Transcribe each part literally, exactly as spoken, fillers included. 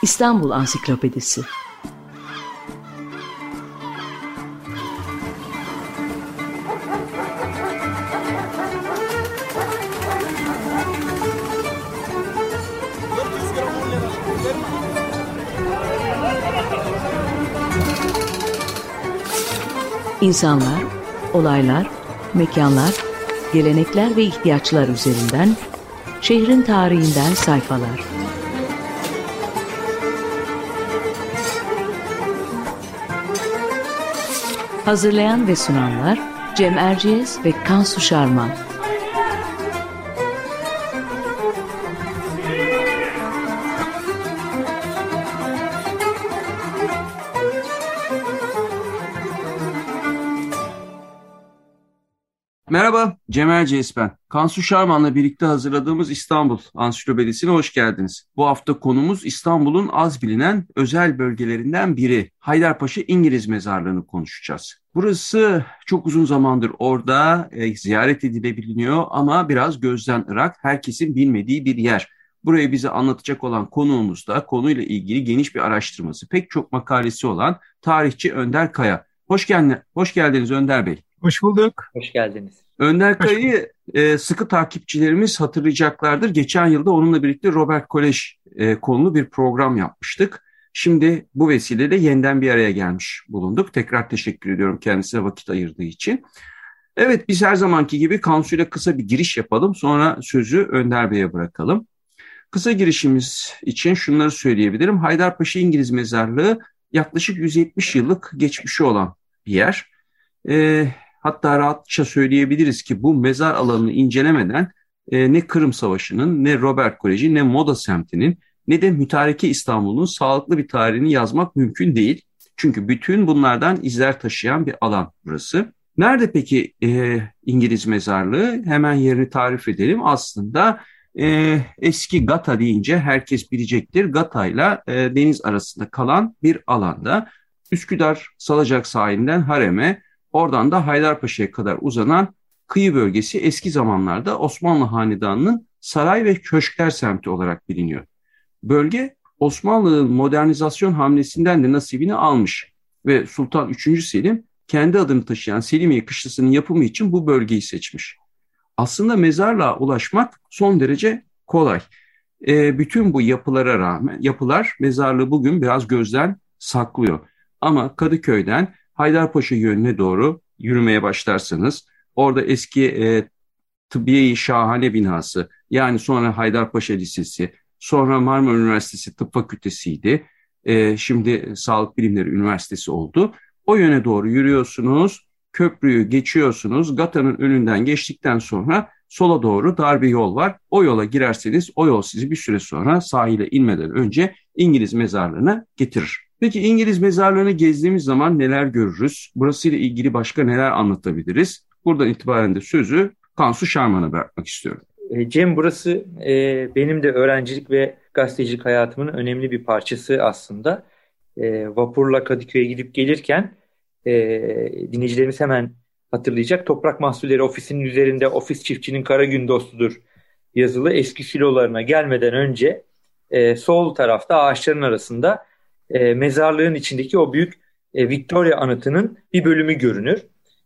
İstanbul Ansiklopedisi. İnsanlar, olaylar, mekanlar, gelenekler ve ihtiyaçlar üzerinden şehrin tarihinden sayfalar. Hazırlayan ve sunanlar Cem Erciyes ve Kansu Şarman. Merhaba, Cem Erciyes ben. Kansu Şarman'la birlikte hazırladığımız İstanbul Ansiklopedisi'ne hoş geldiniz. Bu hafta konumuz İstanbul'un az bilinen özel bölgelerinden biri. Haydarpaşa İngiliz Mezarlığı'nı konuşacağız. Burası çok uzun zamandır orada e, ziyaret edilebiliyor ama biraz gözden ırak, herkesin bilmediği bir yer. Burayı bize anlatacak olan konuğumuz da konuyla ilgili geniş bir araştırması, pek çok makalesi olan tarihçi Önder Kaya. Hoş, gel- hoş geldiniz Önder Bey. Hoş bulduk. Hoş geldiniz. Önder Kaya'yı e, sıkı takipçilerimiz hatırlayacaklardır. Geçen yılda onunla birlikte Robert Kolej e, konulu bir program yapmıştık. Şimdi bu vesileyle yeniden bir araya gelmiş bulunduk. Tekrar teşekkür ediyorum kendisine vakit ayırdığı için. Evet, biz her zamanki gibi Kansu'yla kısa bir giriş yapalım. Sonra sözü Önder Bey'e bırakalım. Kısa girişimiz için şunları söyleyebilirim. Haydarpaşa İngiliz Mezarlığı yaklaşık yüz yetmiş yıllık geçmişi olan bir yer. E, hatta rahatça söyleyebiliriz ki bu mezar alanını incelemeden e, ne Kırım Savaşı'nın, ne Robert Koleji, ne Moda semtinin, ne de mütareke İstanbul'un sağlıklı bir tarihini yazmak mümkün değil. Çünkü bütün bunlardan izler taşıyan bir alan burası. Nerede peki e, İngiliz mezarlığı? Hemen yerini tarif edelim. Aslında e, eski Gata deyince herkes bilecektir. Gata'yla e, deniz arasında kalan bir alanda. Üsküdar Salacak sahilinden Harem'e, oradan da Haydarpaşa'ya kadar uzanan kıyı bölgesi eski zamanlarda Osmanlı Hanedanı'nın saray ve köşkler semti olarak biliniyor. Bölge Osmanlı'nın modernizasyon hamlesinden de nasibini almış ve Sultan üçüncü. Selim kendi adını taşıyan Selimiye Kışlası'nın yapımı için bu bölgeyi seçmiş. Aslında mezarlığa ulaşmak son derece kolay. E, bütün bu yapılara rağmen yapılar mezarlığı bugün biraz gözden saklıyor. Ama Kadıköy'den Haydarpaşa yönüne doğru yürümeye başlarsanız orada eski e, Tıbbiye-i Şahane binası, yani sonra Haydarpaşa Lisesi, sonra Marmara Üniversitesi Tıp Fakültesiydi. E, şimdi Sağlık Bilimleri Üniversitesi oldu. O yöne doğru yürüyorsunuz, köprüyü geçiyorsunuz. Gata'nın önünden geçtikten sonra sola doğru dar bir yol var. O yola girerseniz o yol sizi bir süre sonra sahile inmeden önce İngiliz mezarlığına getirir. Peki İngiliz mezarlığını gezdiğimiz zaman neler görürüz? Burasıyla ilgili başka neler anlatabiliriz? Buradan itibaren de sözü Kansu Şarman'a bırakmak istiyorum. Cem, burası e, benim de öğrencilik ve gazetecilik hayatımın önemli bir parçası aslında. E, vapurla Kadıköy'e gidip gelirken e, dinleyicilerimiz hemen hatırlayacak. Toprak Mahsulleri Ofisi'nin üzerinde "Ofis çiftçinin kara gün dostudur" yazılı eski silolarına gelmeden önce e, sol tarafta ağaçların arasında e, mezarlığın içindeki o büyük e, Victoria anıtının bir bölümü görünür.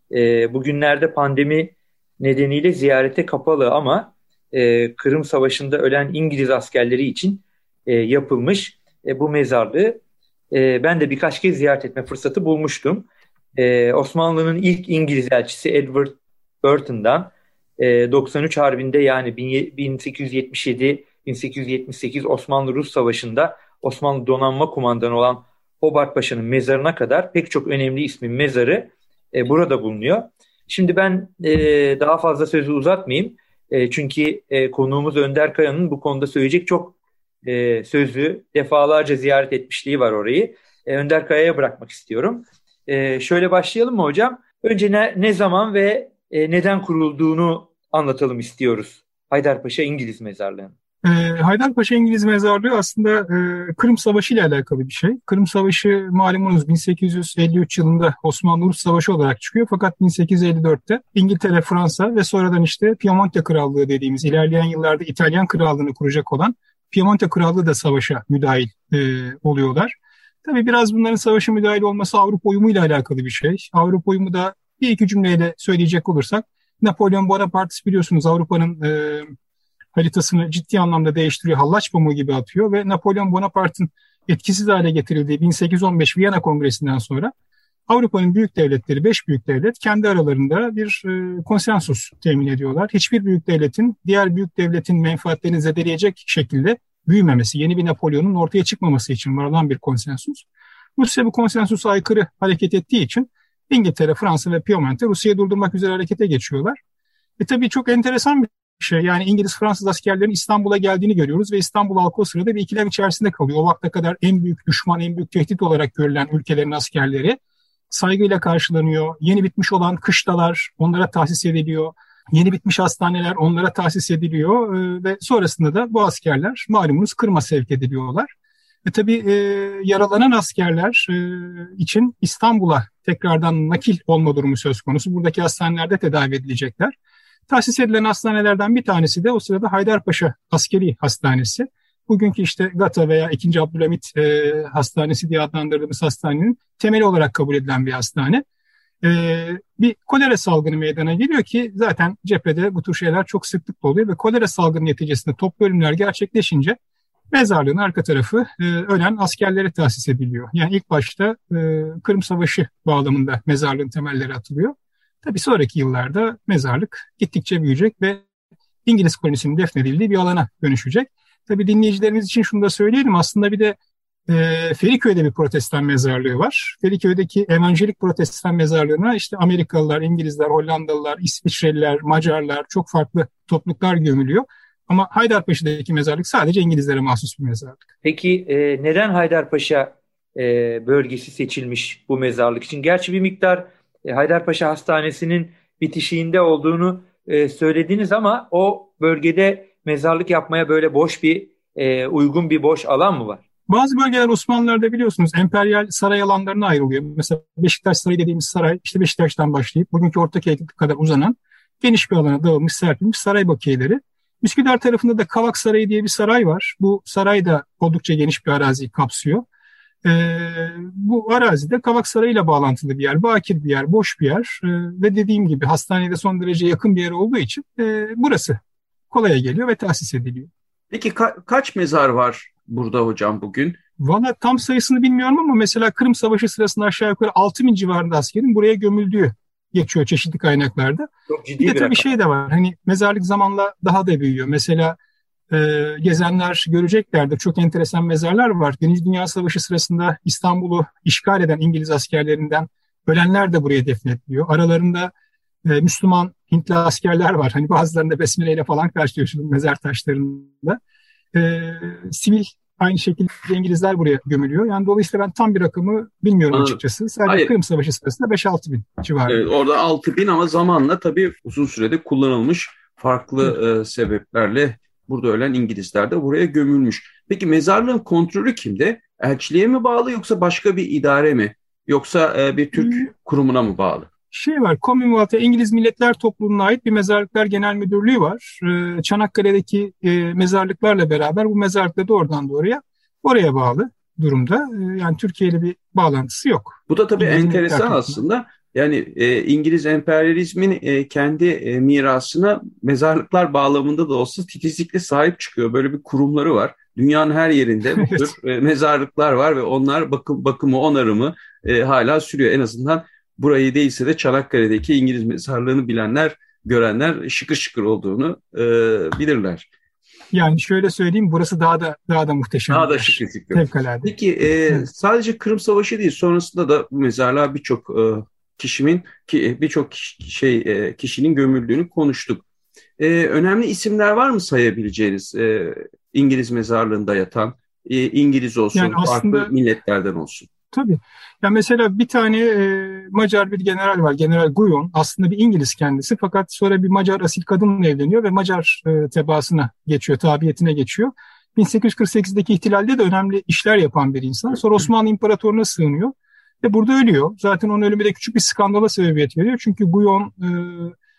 E, bugünlerde pandemi nedeniyle ziyarete kapalı ama e, Kırım Savaşı'nda ölen İngiliz askerleri için e, yapılmış e, bu mezarlığı e, ben de birkaç kez ziyaret etme fırsatı bulmuştum. E, Osmanlı'nın ilk İngiliz elçisi Edward Burton'dan e, doksan üç Harbi'nde, yani bin sekiz yüz yetmiş yedi bin sekiz yüz yetmiş sekiz Osmanlı-Rus Savaşı'nda Osmanlı donanma kumandanı olan Hobart Paşa'nın mezarına kadar pek çok önemli ismin mezarı e, burada bulunuyor. Şimdi ben e, daha fazla sözü uzatmayayım. E, çünkü e, konuğumuz Önder Kaya'nın bu konuda söyleyecek çok e, sözü, defalarca ziyaret etmişliği var orayı. E, Önder Kaya'ya bırakmak istiyorum. E, şöyle başlayalım mı hocam? Önce ne, ne zaman ve e, neden kurulduğunu anlatalım istiyoruz Haydarpaşa İngiliz Mezarlığı'nın. Ee, Haydarpaşa İngiliz Mezarlığı aslında e, Kırım Savaşı ile alakalı bir şey. Kırım Savaşı malumunuz bin sekiz yüz elli üç yılında Osmanlı-Rus Savaşı olarak çıkıyor. Fakat bin sekiz yüz elli dörtte İngiltere, Fransa ve sonradan işte Piemonte Krallığı dediğimiz ilerleyen yıllarda İtalyan Krallığını kuracak olan Piemonte Krallığı da savaşa müdahil e, oluyorlar. Tabii biraz bunların savaşa müdahil olması Avrupa uyumu ile alakalı bir şey. Avrupa uyumu da bir iki cümleyle söyleyecek olursak, Napolyon Bonaparte biliyorsunuz Avrupa'nın e, haritasını ciddi anlamda değiştiriyor, hallaç pamuğu gibi atıyor ve Napolyon Bonaparte'ın etkisiz hale getirildiği bin sekiz yüz on beş Viyana Kongresi'nden sonra Avrupa'nın büyük devletleri, beş büyük devlet kendi aralarında bir e, konsensus temin ediyorlar. Hiçbir büyük devletin diğer büyük devletin menfaatlerini zedeleyecek şekilde büyümemesi, yeni bir Napolyon'un ortaya çıkmaması için varılan bir konsensus. Rusya bu konsensusa aykırı hareket ettiği için İngiltere, Fransa ve Piemonte Rusya'yı durdurmak üzere harekete geçiyorlar. E tabii çok enteresan bir şey. Yani İngiliz-Fransız askerlerin İstanbul'a geldiğini görüyoruz ve İstanbul halkı o sırada bir ikilem içerisinde kalıyor. O vakte kadar en büyük düşman, en büyük tehdit olarak görülen ülkelerin askerleri saygıyla karşılanıyor. Yeni bitmiş olan kışlalar onlara tahsis ediliyor. Yeni bitmiş hastaneler onlara tahsis ediliyor ee, ve sonrasında da bu askerler malumunuz Kırım'a sevk ediliyorlar. E tabii e, yaralanan askerler e, için İstanbul'a tekrardan nakil olma durumu söz konusu. Buradaki hastanelerde tedavi edilecekler. Tahsis edilen hastanelerden bir tanesi de o sırada Haydarpaşa Askeri Hastanesi. Bugünkü işte Gata veya ikinci. Abdülhamit e, Hastanesi diye adlandırdığımız hastanenin temeli olarak kabul edilen bir hastane. E, bir kolera salgını meydana geliyor ki zaten cephede bu tür şeyler çok sıklıkla oluyor ve kolera salgını neticesinde toplu ölümler gerçekleşince mezarlığın arka tarafı e, ölen askerlere tahsis ediliyor. Yani ilk başta e, Kırım Savaşı bağlamında mezarlığın temelleri atılıyor. Tabii sonraki yıllarda mezarlık gittikçe büyüyecek ve İngiliz kolonisinin defnedildiği bir alana dönüşecek. Tabii dinleyicilerimiz için şunu da söyleyelim. Aslında bir de e, Feriköy'de bir protestan mezarlığı var. Feriköy'deki evangelik protestan mezarlığına işte Amerikalılar, İngilizler, Hollandalılar, İsviçreliler, Macarlar, çok farklı topluluklar gömülüyor. Ama Haydarpaşa'daki mezarlık sadece İngilizlere mahsus bir mezarlık. Peki e, neden Haydarpaşa e, bölgesi seçilmiş bu mezarlık için? Gerçi bir miktar e, Haydarpaşa Hastanesi'nin bitişiğinde olduğunu e, söylediniz ama o bölgede mezarlık yapmaya böyle boş bir, e, uygun bir boş alan mı var? Bazı bölgeler Osmanlılar'da biliyorsunuz emperyal saray alanlarına ayrılıyor. Mesela Beşiktaş Sarayı dediğimiz saray işte Beşiktaş'tan başlayıp bugünkü Ortaköy'e kadar uzanan geniş bir alana dağılmış, serpilmiş saray bakiyeleri. Üsküdar tarafında da Kavak Sarayı diye bir saray var. Bu saray da oldukça geniş bir araziyi kapsıyor. Ee, bu arazide Kavak Sarayı ile bağlantılı bir yer, bakir bir yer, boş bir yer ee, ve dediğim gibi hastaneye de son derece yakın bir yer olduğu için e, burası kolaya geliyor ve tahsis ediliyor. Peki ka- kaç mezar var burada hocam bugün? Valla tam sayısını bilmiyorum ama mesela Kırım Savaşı sırasında aşağı yukarı altı bin civarında askerin buraya gömüldüğü geçiyor çeşitli kaynaklarda. Çok ciddi bir de bir tabii rakam. şey de var. Hani mezarlık zamanla daha da büyüyor. Mesela e, gezenler göreceklerdir. Çok enteresan mezarlar var. Birinci Dünya Savaşı sırasında İstanbul'u işgal eden İngiliz askerlerinden ölenler de buraya defnediliyor. Aralarında e, Müslüman Hintli askerler var. Hani bazılarında besmeleyle falan karşılıyorsunuz mezar taşlarında. E, sivil aynı şekilde İngilizler buraya gömülüyor. Yani dolayısıyla ben tam bir rakamı bilmiyorum Anladım. açıkçası. Sadece Hayır. Kırım Savaşı sırasında beş altı bin civarında. Evet, orada altı bin ama zamanla tabii uzun sürede kullanılmış farklı e, sebeplerle burada ölen İngilizler de buraya gömülmüş. Peki mezarlığın kontrolü kimde? Elçiliğe mi bağlı yoksa başka bir idare mi? Yoksa e, bir Türk Hmm. kurumuna mı bağlı? Şey var, Commonwealth'a İngiliz Milletler Topluluğu'na ait bir Mezarlıklar Genel Müdürlüğü var. Ee, Çanakkale'deki e, mezarlıklarla beraber bu mezarlıkla doğrudan doğruya oraya bağlı durumda. Ee, yani Türkiye ile bir bağlantısı yok. Bu da tabii İngiliz Milletler enteresan Topluluğu. aslında. Yani e, İngiliz emperyalizmin e, kendi e, mirasına mezarlıklar bağlamında da olsa titizlikle sahip çıkıyor. Böyle bir kurumları var. Dünyanın her yerinde bu Evet. tür e, mezarlıklar var ve onlar bakım bakımı, onarımı e, hala sürüyor. En azından burayı değilse de Çanakkale'deki İngiliz mezarlığını bilenler, görenler şıkır şıkır olduğunu e, bilirler. Yani şöyle söyleyeyim, burası daha da daha da muhteşem. Daha da bir yer. şıkır şıkır. Fevkalade. Peki e, Evet. sadece Kırım Savaşı değil, sonrasında da bu mezarlığa birçok e, kişinin ki birçok kişi- şey e, kişinin gömüldüğünü konuştuk. E, önemli isimler var mı sayabileceğiniz e, İngiliz mezarlığında yatan, e, İngiliz olsun, Yani aslında farklı milletlerden olsun? tabii. Ya mesela bir tane e, Macar bir general var. General Guyon. Aslında bir İngiliz kendisi. Fakat sonra bir Macar asil kadınla evleniyor ve Macar e, tebaasına geçiyor, tabiyetine geçiyor. bin sekiz yüz kırk sekizdeki ihtilalde de önemli işler yapan bir insan. Sonra Osmanlı İmparatorluğu'na sığınıyor ve burada ölüyor. Zaten onun ölümü de küçük bir skandala sebebiyet veriyor. Çünkü Guyon e,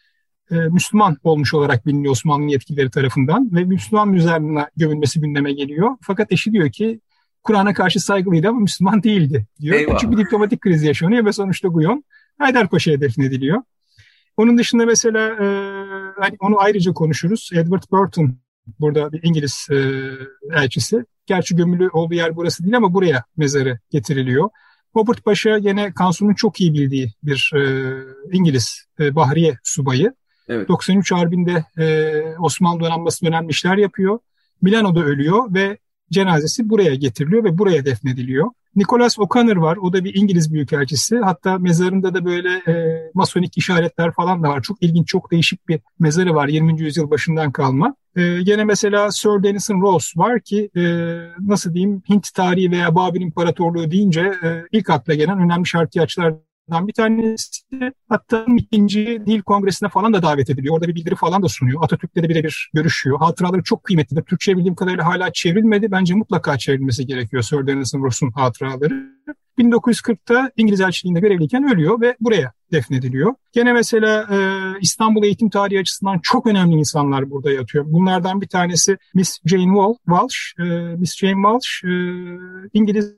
e, Müslüman olmuş olarak biliniyor Osmanlı yetkilileri tarafından ve Müslüman mezarlığına gömülmesi gündeme geliyor. Fakat eşi diyor ki Kur'an'a karşı saygılıydı ama Müslüman değildi diyor. Eyvah. Küçük bir diplomatik kriz yaşanıyor ve sonuçta Guyon Haydarpaşa'ya defnediliyor. Onun dışında mesela e, hani onu ayrıca konuşuruz. Edward Burton burada bir İngiliz e, elçisi. Gerçi gömülü olduğu yer burası değil ama buraya mezarı getiriliyor. Robert Paşa gene Kansu'nun çok iyi bildiği bir e, İngiliz e, Bahriye subayı. Evet. doksan üç Harbi'nde e, Osmanlı donanması önemli işler yapıyor. Milano'da ölüyor ve cenazesi buraya getiriliyor ve buraya defnediliyor. Nicholas O'Connor var. O da bir İngiliz büyükelçisi. Hatta mezarında da böyle e, masonik işaretler falan da var. Çok ilginç, çok değişik bir mezarı var. yirminci yüzyıl başından kalma. E, gene mesela Sir Denison Ross var ki e, nasıl diyeyim Hint tarihi veya Babil İmparatorluğu deyince e, ilk akla gelen önemli şarkiyatçılardan bir tanesi. Hatta ikinci Dil Kongresi'ne falan da davet ediliyor. Orada bir bildiri falan da sunuyor. Atatürk'le de birebir görüşüyor. Hatıraları çok kıymetlidir. Türkçe bildiğim kadarıyla hala çevrilmedi. Bence mutlaka çevrilmesi gerekiyor Sir Denison Ross'un hatıraları. bin dokuz yüz kırkta İngiliz elçiliğinde görevliyken ölüyor ve buraya defnediliyor. Gene mesela e, İstanbul eğitim tarihi açısından çok önemli insanlar burada yatıyor. Bunlardan bir tanesi Miss Jane Walsh. E, Miss Jane Walsh e, İngiliz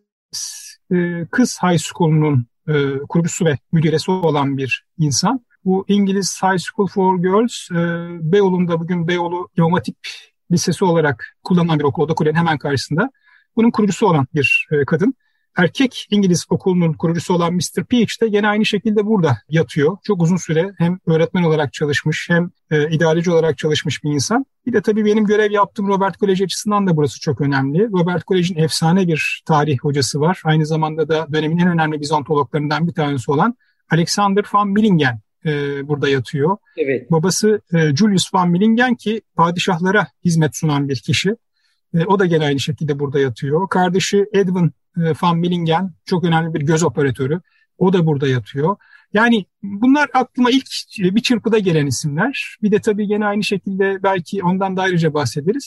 e, kız high school'unun e, kurucusu ve müdiresi olan bir insan. Bu İngiliz High School for Girls e, Beyoğlu'nda bugün Beyoğlu İmam Hatip Lisesi olarak kullanılan bir okul. O da kulenin hemen karşısında. Bunun kurucusu olan bir e, kadın. Erkek İngiliz okulunun kurucusu olan mister Peach de gene aynı şekilde burada yatıyor. Çok uzun süre hem öğretmen olarak çalışmış hem e, idareci olarak çalışmış bir insan. Bir de tabii benim görev yaptığım Robert College açısından da burası çok önemli. Robert College'in efsane bir tarih hocası var. Aynı zamanda da dönemin en önemli Bizontologlarından bir tanesi olan Alexander van Millingen e, burada yatıyor. Evet. Babası e, Julius van Millingen ki padişahlara hizmet sunan bir kişi. E, o da gene aynı şekilde burada yatıyor. Kardeşi Edwin Van Millingen çok önemli bir göz operatörü. O da burada yatıyor. Yani bunlar aklıma ilk bir çırpıda gelen isimler. Bir de tabii gene aynı şekilde belki ondan da ayrıca bahsederiz.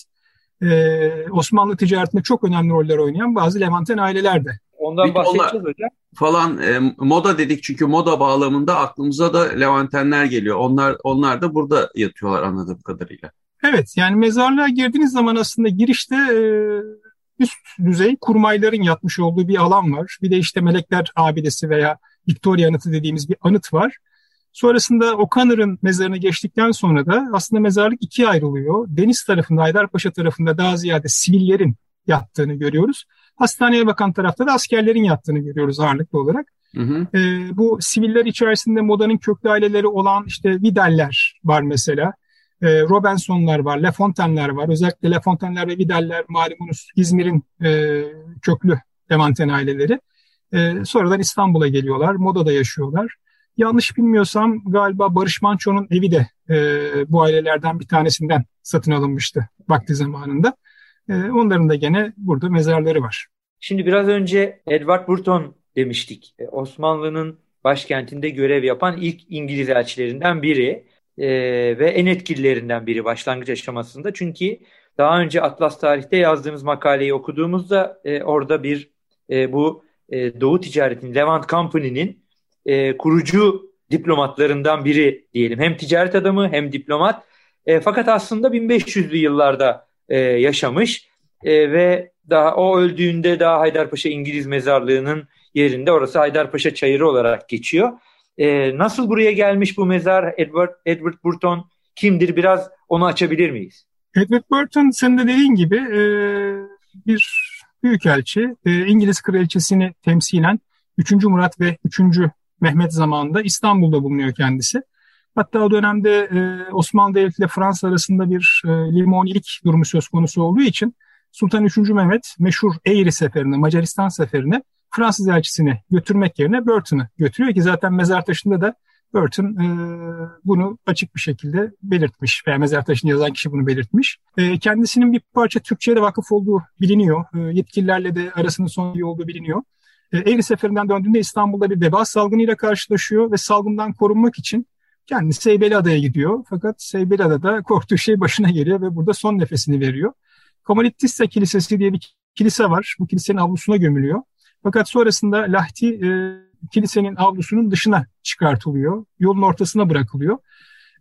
Ee, Osmanlı ticaretinde çok önemli roller oynayan bazı Levanten aileler de. Ondan bahsedeceğiz hocam. Falan e, moda dedik çünkü moda bağlamında aklımıza da Levantenler geliyor. Onlar onlar da burada yatıyorlar anladığım kadarıyla. Evet, yani mezarlığa girdiğiniz zaman aslında girişte e, üst düzey kurmayların yatmış olduğu bir alan var. Bir de işte Melekler Abidesi veya Victoria Anıtı dediğimiz bir anıt var. Sonrasında O'Connor'ın mezarını geçtikten sonra da aslında mezarlık ikiye ayrılıyor. Deniz tarafında, Haydarpaşa tarafında daha ziyade sivillerin yattığını görüyoruz. Hastaneye bakan tarafta da askerlerin yattığını görüyoruz ağırlıklı olarak. Hı hı. E, bu siviller içerisinde modanın köklü aileleri olan işte Vidal'ler var mesela. E, Robinson'lar var, Le Fontaine'ler var. Özellikle Le Fontaine'ler ve Vidal'ler malumunuz İzmir'in e, köklü Levanten aileleri. E, sonradan İstanbul'a geliyorlar, Moda'da yaşıyorlar. Yanlış bilmiyorsam galiba Barış Manço'nun evi de e, bu ailelerden bir tanesinden satın alınmıştı vakti zamanında. E, onların da gene burada mezarları var. Şimdi biraz önce Edward Burton demiştik. E, Osmanlı'nın başkentinde görev yapan ilk İngiliz elçilerinden biri. Ee, ve en etkililerinden biri başlangıç aşamasında. Çünkü daha önce Atlas Tarih'te yazdığımız makaleyi okuduğumuzda e, orada bir e, bu e, Doğu Ticaret'in, Levant Company'nin e, kurucu diplomatlarından biri diyelim. Hem ticaret adamı hem diplomat. E, fakat aslında bin beş yüzlü yıllarda e, yaşamış e, ve daha o öldüğünde daha Haydarpaşa İngiliz mezarlığının yerinde, orası Haydarpaşa Çayırı olarak geçiyor. Ee, nasıl buraya gelmiş bu mezar? Edward, Edward Burton kimdir? Biraz onu açabilir miyiz? Edward Burton senin de dediğin gibi e, bir büyükelçi. E, İngiliz kraliçesini temsilen üçüncü Murat ve üçüncü Mehmet zamanında İstanbul'da bulunuyor kendisi. Hatta o dönemde e, Osmanlı Devleti ile Fransa arasında bir e, limonilik durumu söz konusu olduğu için Sultan üçüncü Mehmet meşhur Eğri seferine, Macaristan seferine Fransız elçisini götürmek yerine Burton'u götürüyor ki zaten mezar taşında da Burton e, bunu açık bir şekilde belirtmiş veya mezar taşını yazan kişi bunu belirtmiş. E, kendisinin bir parça Türkçe'ye de vakıf olduğu biliniyor. E, yetkililerle de arasının son iyi olduğu biliniyor. E, Eğri seferinden döndüğünde İstanbul'da bir veba salgınıyla karşılaşıyor ve salgından korunmak için kendisi Seybeliada'ya gidiyor. Fakat Seybeliada'da korktuğu şey başına geliyor ve burada son nefesini veriyor. Komalittissa Kilisesi diye bir kilise var. Bu kilisenin avlusuna gömülüyor. Fakat sonrasında Lahti e, kilisenin avlusunun dışına çıkartılıyor. Yolun ortasına bırakılıyor.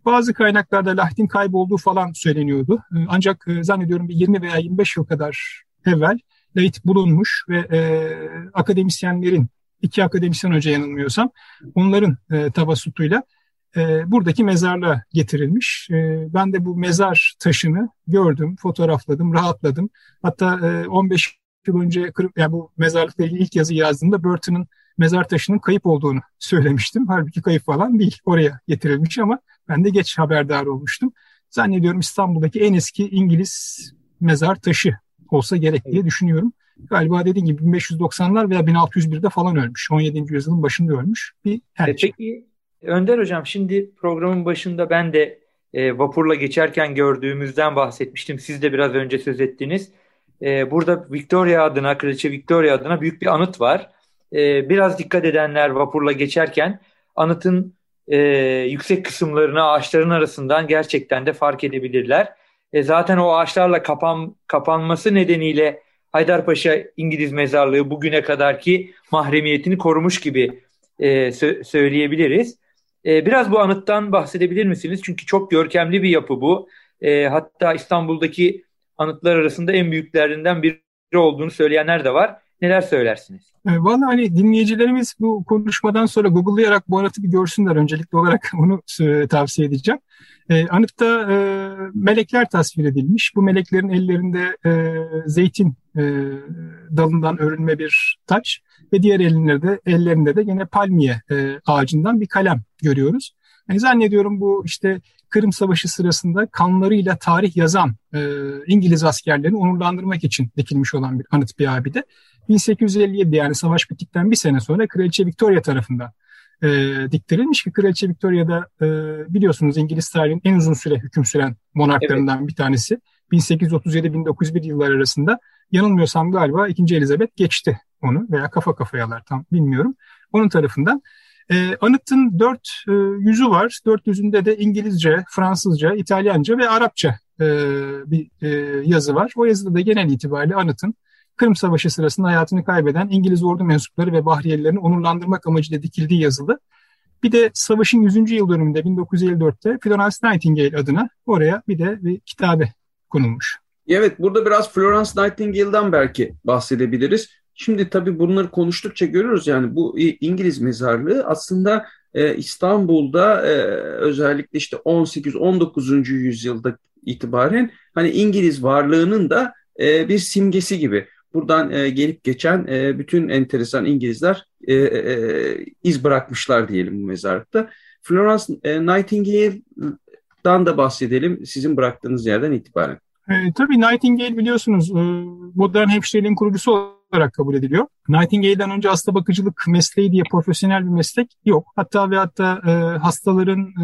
Bazı kaynaklarda Lahit'in kaybolduğu falan söyleniyordu. E, ancak e, zannediyorum bir yirmi veya yirmi beş yıl kadar evvel Lahit bulunmuş ve e, akademisyenlerin, iki akademisyen hoca yanılmıyorsam, onların e, tavasutuyla e, buradaki mezarlığa getirilmiş. E, ben de bu mezar taşını gördüm, fotoğrafladım, rahatladım. Hatta e, on beş yıl önce yani bu mezarlıkla ilgili ilk yazı yazdığımda Burton'ın mezar taşının kayıp olduğunu söylemiştim. Halbuki kayıp falan değil, oraya getirilmiş ama ben de geç haberdar olmuştum. Zannediyorum İstanbul'daki en eski İngiliz mezar taşı olsa gerek diye düşünüyorum. Galiba dediğim gibi bin beş yüz doksanlar veya bin altı yüz birde falan ölmüş. on yedinci yüzyılın başında ölmüş bir elçi. Peki Önder Hocam, şimdi programın başında ben de e, vapurla geçerken gördüğümüzden bahsetmiştim. Siz de biraz önce söz ettiniz. E, burada Victoria adına, Kraliçe Victoria adına büyük bir anıt var. E, biraz dikkat edenler vapurla geçerken anıtın e, yüksek kısımlarını ağaçların arasından gerçekten de fark edebilirler. E, zaten o ağaçlarla kapan, kapanması nedeniyle Haydarpaşa İngiliz Mezarlığı bugüne kadarki mahremiyetini korumuş gibi e, sö- söyleyebiliriz. E, biraz bu anıttan bahsedebilir misiniz? Çünkü çok görkemli bir yapı bu. E, hatta İstanbul'daki anıtlar arasında en büyüklerinden biri olduğunu söyleyenler de var. Neler söylersiniz? E, Vallahi hani dinleyicilerimiz bu konuşmadan sonra Google'layarak bu anıtı bir görsünler. Öncelikli olarak onu e, tavsiye edeceğim. E, anıtta e, melekler tasvir edilmiş. Bu meleklerin ellerinde e, zeytin e, dalından örülme bir taç ve diğer ellerinde, ellerinde de yine palmiye e, ağacından bir kalem görüyoruz. Yani zannediyorum bu işte Kırım Savaşı sırasında kanlarıyla tarih yazan e, İngiliz askerlerini onurlandırmak için dikilmiş olan bir anıt bir abide. bin sekiz yüz elli yedi yani savaş bittikten bir sene sonra Kraliçe Victoria tarafından e, diktirilmiş ki Kraliçe Victoria da e, biliyorsunuz İngiliz tarihinin en uzun süre hüküm süren monarklarından evet. bir tanesi. bin sekiz yüz otuz yedi bin dokuz yüz bir yıllar arasında yanılmıyorsam galiba ikinci Elizabeth geçti onu veya kafa kafayalar tam bilmiyorum. Onun tarafından. E, anıtın dört e, yüzü var. Dört yüzünde de İngilizce, Fransızca, İtalyanca ve Arapça e, bir e, yazı var. O yazıda da genel itibariyle anıtın Kırım Savaşı sırasında hayatını kaybeden İngiliz ordu mensupları ve bahriyelilerini onurlandırmak amacıyla dikildiği yazılı. Bir de savaşın yüzüncü yıl dönümünde bin dokuz yüz elli dörtte Florence Nightingale adına oraya bir de bir kitabe konulmuş. Evet, burada biraz Florence Nightingale'dan belki bahsedebiliriz. Şimdi tabii bunları konuştukça görüyoruz yani bu İngiliz mezarlığı aslında e, İstanbul'da e, özellikle işte on sekiz on dokuzuncu yüzyılda itibaren hani İngiliz varlığının da e, bir simgesi gibi. Buradan e, gelip geçen e, bütün enteresan İngilizler e, e, iz bırakmışlar diyelim bu mezarlıkta. Florence e, Nightingale'dan da bahsedelim sizin bıraktığınız yerden itibaren. E, tabii Nightingale biliyorsunuz e, modern hemşireliğin kurucusu olarak kabul ediliyor. Nightingale'den önce hasta bakıcılık mesleği diye profesyonel bir meslek yok. Hatta ve hatta e, hastaların e,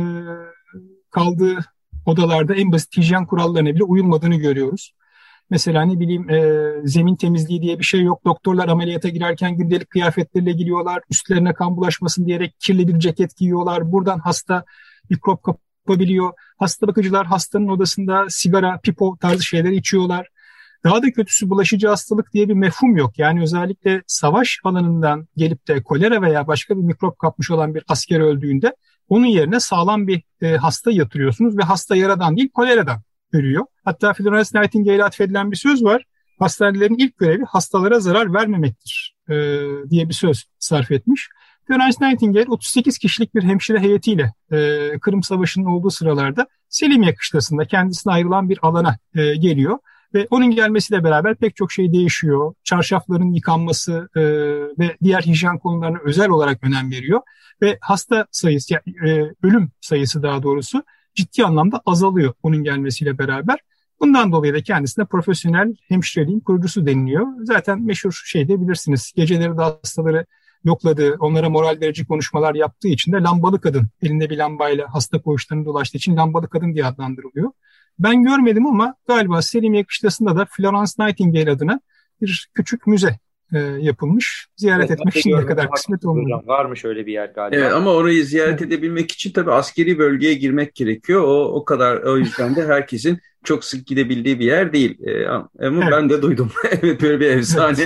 kaldığı odalarda en basit hijyen kurallarına bile uyulmadığını görüyoruz. Mesela ne bileyim e, zemin temizliği diye bir şey yok. Doktorlar ameliyata girerken gündelik kıyafetleriyle giriyorlar. Üstlerine kan bulaşmasın diyerek kirli bir ceket giyiyorlar. Buradan hasta mikrop kapabiliyor. Hasta bakıcılar hastanın odasında sigara, pipo tarzı şeyler içiyorlar. Daha da kötüsü bulaşıcı hastalık diye bir mefhum yok. Yani özellikle savaş alanından gelip de kolera veya başka bir mikrop kapmış olan bir asker öldüğünde onun yerine sağlam bir e, hasta yatırıyorsunuz ve hasta yaradan değil koleradan ölüyor. Hatta Florence Nightingale'e atfedilen bir söz var. Hastanelerin ilk görevi hastalara zarar vermemektir e, diye bir söz sarf etmiş. Florence Nightingale otuz sekiz kişilik bir hemşire heyetiyle e, Kırım Savaşı'nın olduğu sıralarda Selimiye Kışlası'nda kendisine ayrılan bir alana e, geliyor. Ve onun gelmesiyle beraber pek çok şey değişiyor. Çarşafların yıkanması e, ve diğer hijyen konularına özel olarak önem veriyor. Ve hasta sayısı, yani, e, ölüm sayısı daha doğrusu ciddi anlamda azalıyor onun gelmesiyle beraber. Bundan dolayı da kendisine profesyonel hemşireliğin kurucusu deniliyor. Zaten meşhur şey de bilirsiniz. Geceleri de hastaları yokladığı, onlara moral verici konuşmalar yaptığı için de lambalı kadın, elinde bir lambayla hasta koğuşlarını dolaştığı için lambalı kadın diye adlandırılıyor. Ben görmedim ama galiba Selimiye Kışlası'nda da Florence Nightingale adına bir küçük müze e, yapılmış. Ziyaret evet, etmek şimdiye kadar kısmet olmadı. Varmış öyle bir yer galiba. Evet, ama orayı ziyaret evet. edebilmek için tabii askeri bölgeye girmek gerekiyor. O o kadar o yüzden de herkesin çok sık gidebildiği bir yer değil. Ee, ama evet. ben de duydum. Evet, böyle bir efsane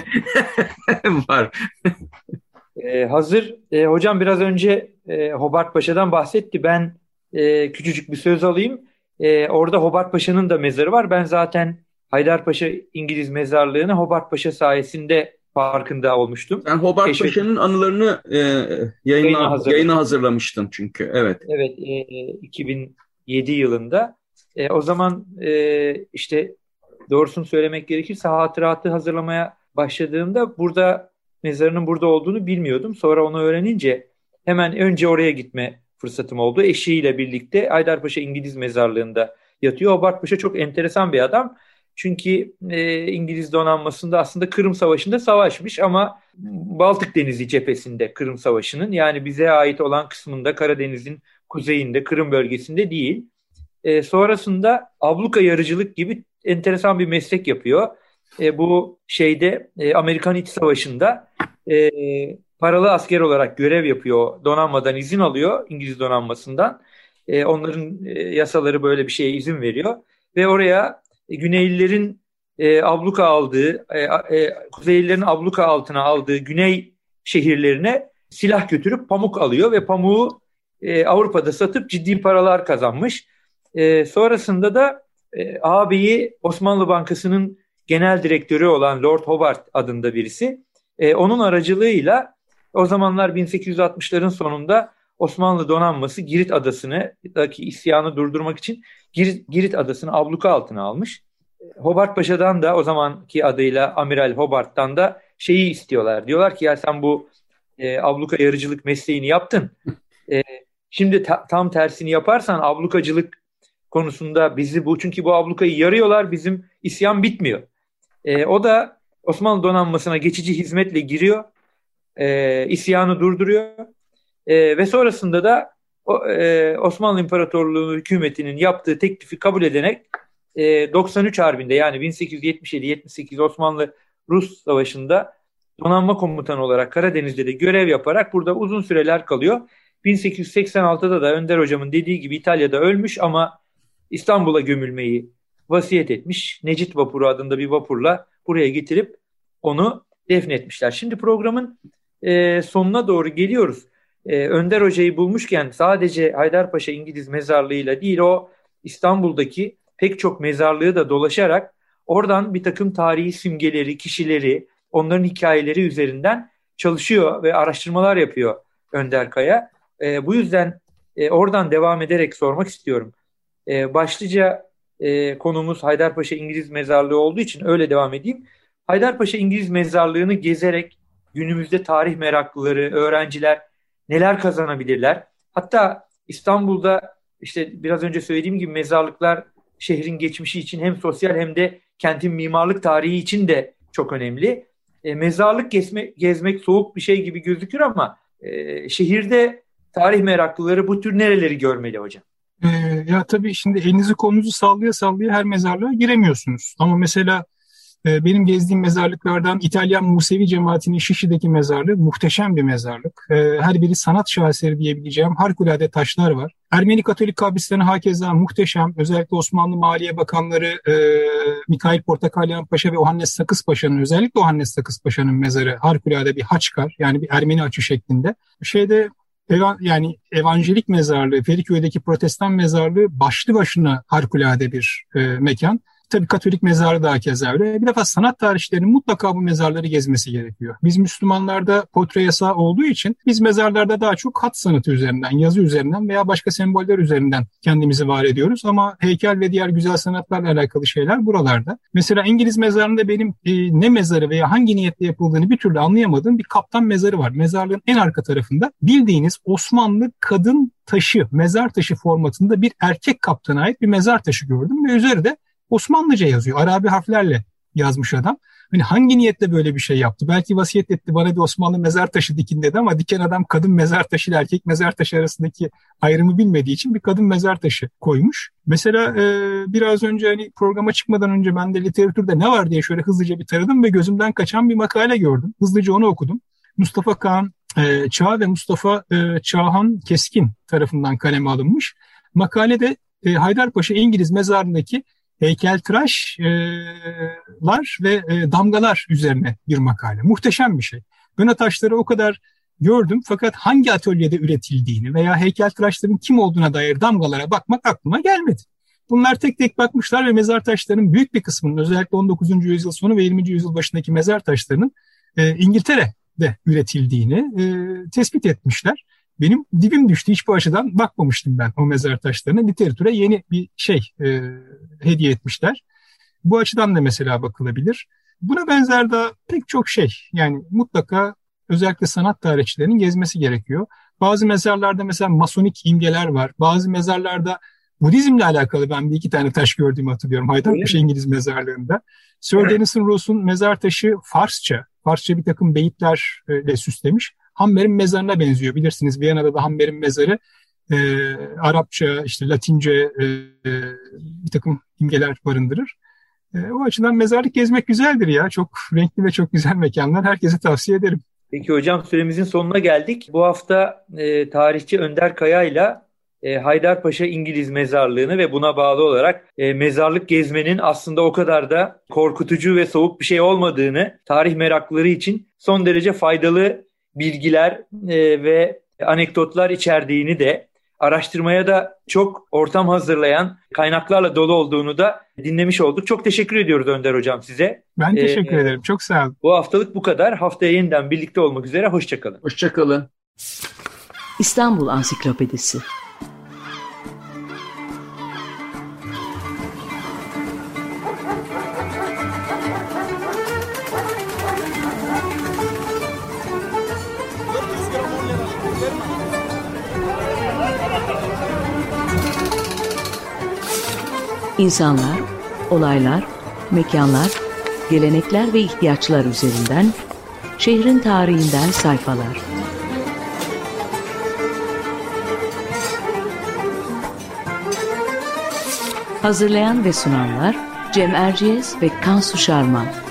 var. Ee, hazır e, hocam biraz önce e, Hobart Paşa'dan bahsetti. Ben e, küçücük bir söz alayım. E, orada Hobart Paşa'nın da mezarı var. Ben zaten Haydarpaşa İngiliz mezarlığını Hobart Paşa sayesinde farkında olmuştum. Sen Hobart Keşfettim. Paşa'nın anılarını e, yayına, Yayına hazırladım. yayına hazırlamıştın çünkü. Evet. Evet, e, iki bin yedi yılında. E, o zaman e, işte doğrusunu söylemek gerekirse hatıratı hazırlamaya başladığımda burada mezarının burada olduğunu bilmiyordum. Sonra onu öğrenince hemen önce oraya gitme fırsatım oldu. Eşiyle birlikte Haydarpaşa İngiliz mezarlığında yatıyor. Hobart Paşa çok enteresan bir adam. Çünkü e, İngiliz donanmasında aslında Kırım Savaşı'nda savaşmış ama Baltık Denizi cephesinde Kırım Savaşı'nın, yani bize ait olan kısmında, Karadeniz'in kuzeyinde, Kırım bölgesinde değil. E, sonrasında abluka yarıcılık gibi enteresan bir meslek yapıyor. E, bu şeyde e, Amerikan İç Savaşı'nda e, paralı asker olarak görev yapıyor. Donanmadan izin alıyor, İngiliz donanmasından. E, onların e, yasaları böyle bir şeye izin veriyor. Ve oraya e, Güneylilerin e, abluka aldığı, e, e, Kuzeylilerin abluka altına aldığı Güney şehirlerine silah götürüp pamuk alıyor ve pamuğu e, Avrupa'da satıp ciddi paralar kazanmış. E, sonrasında da e, ağabeyi Osmanlı Bankası'nın genel direktörü olan Lord Hobart adında birisi. E, onun aracılığıyla o zamanlar bin sekiz yüz altmışların sonunda Osmanlı donanması Girit Adası'ndaki isyanı durdurmak için Girit, Girit Adası'nı abluka altına almış. Hobart Paşa'dan da, o zamanki adıyla Amiral Hobart'tan da şeyi istiyorlar. Diyorlar ki ya sen bu e, abluka yarıcılık mesleğini yaptın. E, şimdi ta, tam tersini yaparsan ablukacılık konusunda bizi bu, çünkü bu ablukayı yarıyorlar, bizim isyan bitmiyor. E, o da Osmanlı donanmasına geçici hizmetle giriyor. E, isyanı durduruyor. E, ve sonrasında da o, e, Osmanlı İmparatorluğu hükümetinin yaptığı teklifi kabul ederek e, doksan üç Harbi'nde, yani bin sekiz yüz yetmiş yedi yetmiş sekiz Osmanlı-Rus Savaşı'nda donanma komutanı olarak Karadeniz'de de görev yaparak burada uzun süreler kalıyor. bin sekiz yüz seksen altıda da Önder Hocam'ın dediği gibi İtalya'da ölmüş ama İstanbul'a gömülmeyi vasiyet etmiş. Necit Vapuru adında bir vapurla buraya getirip onu defnetmişler. Şimdi programın e, sonuna doğru geliyoruz. E, Önder Hoca'yı bulmuşken sadece Haydarpaşa İngiliz mezarlığıyla değil, o İstanbul'daki pek çok mezarlığı da dolaşarak oradan bir takım tarihi simgeleri, kişileri, onların hikayeleri üzerinden çalışıyor ve araştırmalar yapıyor Önder Kaya. E, bu yüzden e, oradan devam ederek sormak istiyorum. E, başlıca e, konumuz Haydarpaşa İngiliz Mezarlığı olduğu için öyle devam edeyim. Haydarpaşa İngiliz Mezarlığı'nı gezerek günümüzde tarih meraklıları, öğrenciler neler kazanabilirler? Hatta İstanbul'da işte biraz önce söylediğim gibi mezarlıklar şehrin geçmişi için hem sosyal hem de kentin mimarlık tarihi için de çok önemli. E, mezarlık gezme, gezmek soğuk bir şey gibi gözükür ama e, şehirde tarih meraklıları bu tür nereleri görmeli hocam? Ee, ya tabii şimdi elinizi kolunuzu sallaya sallaya her mezarlığa giremiyorsunuz. Ama mesela e, benim gezdiğim mezarlıklardan İtalyan Musevi cemaatinin Şişli'deki mezarlığı muhteşem bir mezarlık. E, her biri sanat şaheseri diyebileceğim harikulade taşlar var. Ermeni Katolik kabristanı hakeza muhteşem. Özellikle Osmanlı Maliye Bakanları e, Mikhail Portakalyan Paşa ve Ohannes Sakız Paşa'nın, özellikle Ohannes Sakız Paşa'nın mezarı harikulade bir haçkar, yani bir Ermeni açı şeklinde. Şeyde Eva, yani evanjelik mezarlığı, Feriköy'deki protestan mezarlığı başlı başına harikulade bir e, mekan. Tabii Katolik mezarı da keza öyle. Bir defa sanat tarihçilerinin mutlaka bu mezarları gezmesi gerekiyor. Biz Müslümanlarda portre yasağı olduğu için biz mezarlarda daha çok hat sanatı üzerinden, yazı üzerinden veya başka semboller üzerinden kendimizi var ediyoruz. Ama heykel ve diğer güzel sanatlarla alakalı şeyler buralarda. Mesela İngiliz mezarında benim e, ne mezarı veya hangi niyetle yapıldığını bir türlü anlayamadığım bir kaptan mezarı var. Mezarlığın en arka tarafında bildiğiniz Osmanlı kadın taşı, mezar taşı formatında bir erkek kaptana ait bir mezar taşı gördüm ve üzerinde Osmanlıca yazıyor. Arabi harflerle yazmış adam. Hani hangi niyetle böyle bir şey yaptı? Belki vasiyet etti, bana bir Osmanlı mezar taşı dikin dedi ama diken adam kadın mezar taşı ile erkek mezar taşı arasındaki ayrımı bilmediği için bir kadın mezar taşı koymuş. Mesela e, biraz önce hani programa çıkmadan önce ben de literatürde ne var diye şöyle hızlıca bir taradım ve gözümden kaçan bir makale gördüm. Hızlıca onu okudum. Mustafa Kağan e, Çağ ve Mustafa e, Çağhan Keskin tarafından kaleme alınmış. Makalede e, Haydarpaşa İngiliz mezarındaki heykeltıraşlar ve damgalar üzerine bir makale. Muhteşem bir şey. Ön taşları o kadar gördüm. Fakat hangi atölyede üretildiğini veya heykeltıraşların kim olduğuna dair damgalara bakmak aklıma gelmedi. Bunlar tek tek bakmışlar ve mezar taşlarının büyük bir kısmının, özellikle on dokuzuncu yüzyıl sonu ve yirminci yüzyıl başındaki mezar taşlarının e, İngiltere'de üretildiğini e, tespit etmişler. Benim dibim düştü. Hiç bu açıdan bakmamıştım ben o mezar taşlarına. Literatüre yeni bir şey e, hediye etmişler. Bu açıdan da mesela bakılabilir. Buna benzer de pek çok şey. Yani mutlaka özellikle sanat tarihçilerinin gezmesi gerekiyor. Bazı mezarlarda mesela masonik imgeler var. Bazı mezarlarda Budizmle alakalı ben bir iki tane taş gördüğümü hatırlıyorum. Haydarpaşa İngiliz mezarlığında. Sir evet. Denison Ross'un mezar taşı Farsça. Farsça bir takım beyitlerle süslemiş. Hammer'in mezarına benziyor. Bilirsiniz Viyana'da da Hammer'in mezarı e, Arapça, işte Latince e, bir takım imgeler barındırır. E, o açıdan mezarlık gezmek güzeldir ya. Çok renkli ve çok güzel mekanlar. Herkese tavsiye ederim. Peki hocam, süremizin sonuna geldik. Bu hafta e, tarihçi Önder Kaya'yla e, Haydarpaşa İngiliz Mezarlığı'nı ve buna bağlı olarak e, mezarlık gezmenin aslında o kadar da korkutucu ve soğuk bir şey olmadığını, tarih meraklıları için son derece faydalı bilgiler e, ve anekdotlar içerdiğini de, araştırmaya da çok ortam hazırlayan kaynaklarla dolu olduğunu da dinlemiş olduk. Çok teşekkür ediyoruz Önder Hocam size. Ben teşekkür ee, ederim. Çok sağ olun. Bu haftalık bu kadar. Haftaya yeniden birlikte olmak üzere. Hoşçakalın. Hoşçakalın. İstanbul Ansiklopedisi. İnsanlar, olaylar, mekanlar, gelenekler ve ihtiyaçlar üzerinden şehrin tarihinden sayfalar. Hazırlayan ve sunanlar Cem Erciyes ve Kansu Şarman.